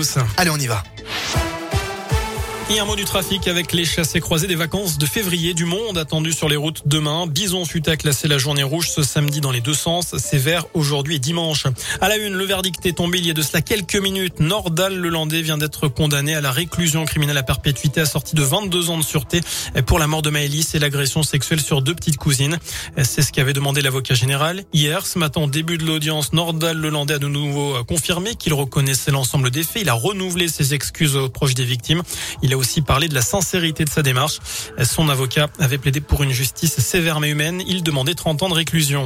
tous. Allez, on y va. Et un mot du trafic avec les chassés-croisés des vacances de février. Du monde attendu sur les routes demain. Bison-Futé a classé la journée rouge ce samedi dans les deux sens. C'est vert aujourd'hui et dimanche. À la une, le verdict est tombé il y a de cela quelques minutes. Nordal Lelandais vient d'être condamné à la réclusion criminelle à perpétuité assortie de 22 ans de sûreté pour la mort de Maëlys et l'agression sexuelle sur deux petites cousines. C'est ce qu'avait demandé l'avocat général. Hier, ce matin, au début de l'audience, Nordal Lelandais a de nouveau confirmé qu'il reconnaissait l'ensemble des faits. Il a renouvelé ses excuses aux proches des victimes. Il a aussi parlé de la sincérité de sa démarche. Son avocat avait plaidé pour une justice sévère mais humaine. Il demandait 30 ans de réclusion.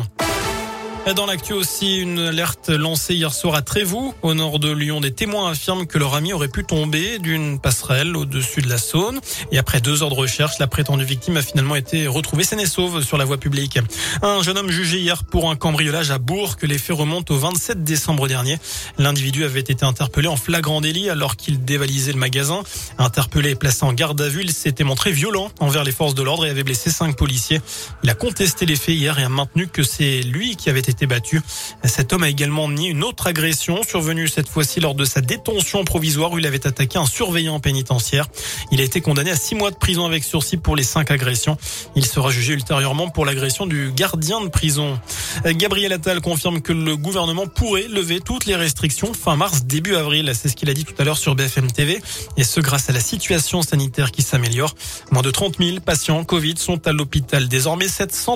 Dans l'actu aussi, une alerte lancée hier soir à Trévoux, au nord de Lyon. Des témoins affirment que leur ami aurait pu tomber d'une passerelle au-dessus de la Saône. Et après 2 heures de recherche, la prétendue victime a finalement été retrouvée saine et sauve sur la voie publique. Un jeune homme jugé hier pour un cambriolage à Bourg, que les faits remontent au 27 décembre dernier. L'individu avait été interpellé en flagrant délit alors qu'il dévalisait le magasin. Interpellé et placé en garde à vue, il s'était montré violent envers les forces de l'ordre et avait blessé 5 policiers. Il a contesté les faits hier et a maintenu que c'est lui qui avait été battu. Cet homme a également nié une autre agression survenue cette fois-ci lors de sa détention provisoire où il avait attaqué un surveillant pénitentiaire. Il a été condamné à 6 mois de prison avec sursis pour les 5 agressions. Il sera jugé ultérieurement pour l'agression du gardien de prison. Gabriel Attal confirme que le gouvernement pourrait lever toutes les restrictions fin mars, début avril. C'est ce qu'il a dit tout à l'heure sur BFM TV. Et ce grâce à la situation sanitaire qui s'améliore. Moins de 30 000 patients Covid sont à l'hôpital. Désormais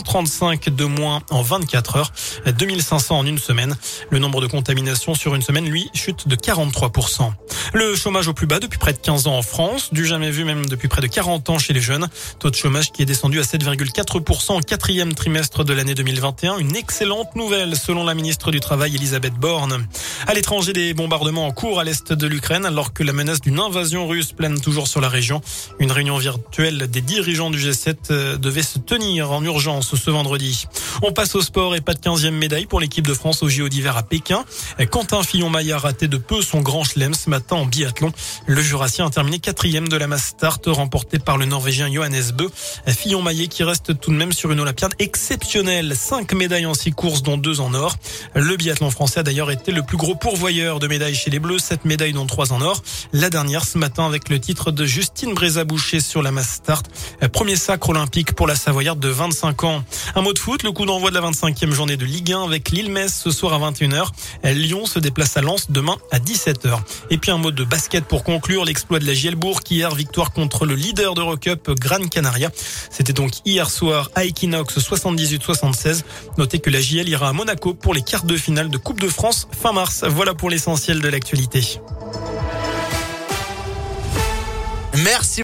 735 de moins en 24 heures. 2500 en une semaine. Le nombre de contaminations sur une semaine, lui, chute de 43%. Le chômage au plus bas depuis près de 15 ans en France, du jamais vu même depuis près de 40 ans chez les jeunes. Taux de chômage qui est descendu à 7,4% au 4e trimestre de l'année 2021. Une excellente nouvelle selon la ministre du Travail Elisabeth Borne. À l'étranger, des bombardements en cours à l'est de l'Ukraine alors que la menace d'une invasion russe plane toujours sur la région. Une réunion virtuelle des dirigeants du G7 devait se tenir en urgence ce vendredi. On passe au sport et pas de 15e médaille pour l'équipe de France au JO d'hiver à Pékin. Quentin Fillon-Maillet a raté de peu son grand chelem ce matin en biathlon. Le Jurassien a terminé 4e de la mass start remportée par le Norvégien Johannes Bø. Fillon-Maillet qui reste tout de même sur une Olympiade exceptionnelle. 5 médailles en 6 courses dont 2 en or. Le biathlon français a d'ailleurs été le plus gros pourvoyeur de médailles chez les Bleus. 7 médailles dont 3 en or. La dernière ce matin avec le titre de Justine Brézaboucher sur la mass start. Premier sacre olympique pour la Savoyarde de 25 ans. Un mot de foot, le coup d'envoi de la 25e journée de Ligue 1 avec Lille-Metz ce soir à 21h. Lyon se déplace à Lens demain à 17h. Et puis un mot de basket pour conclure, l'exploit de la Gielbourg hier, victoire contre le leader d'Eurocup, Gran Canaria. C'était donc hier soir à Equinox 78-76. Notez que la JL ira à Monaco pour les quarts de finale de Coupe de France fin mars. Voilà pour l'essentiel de l'actualité. Merci.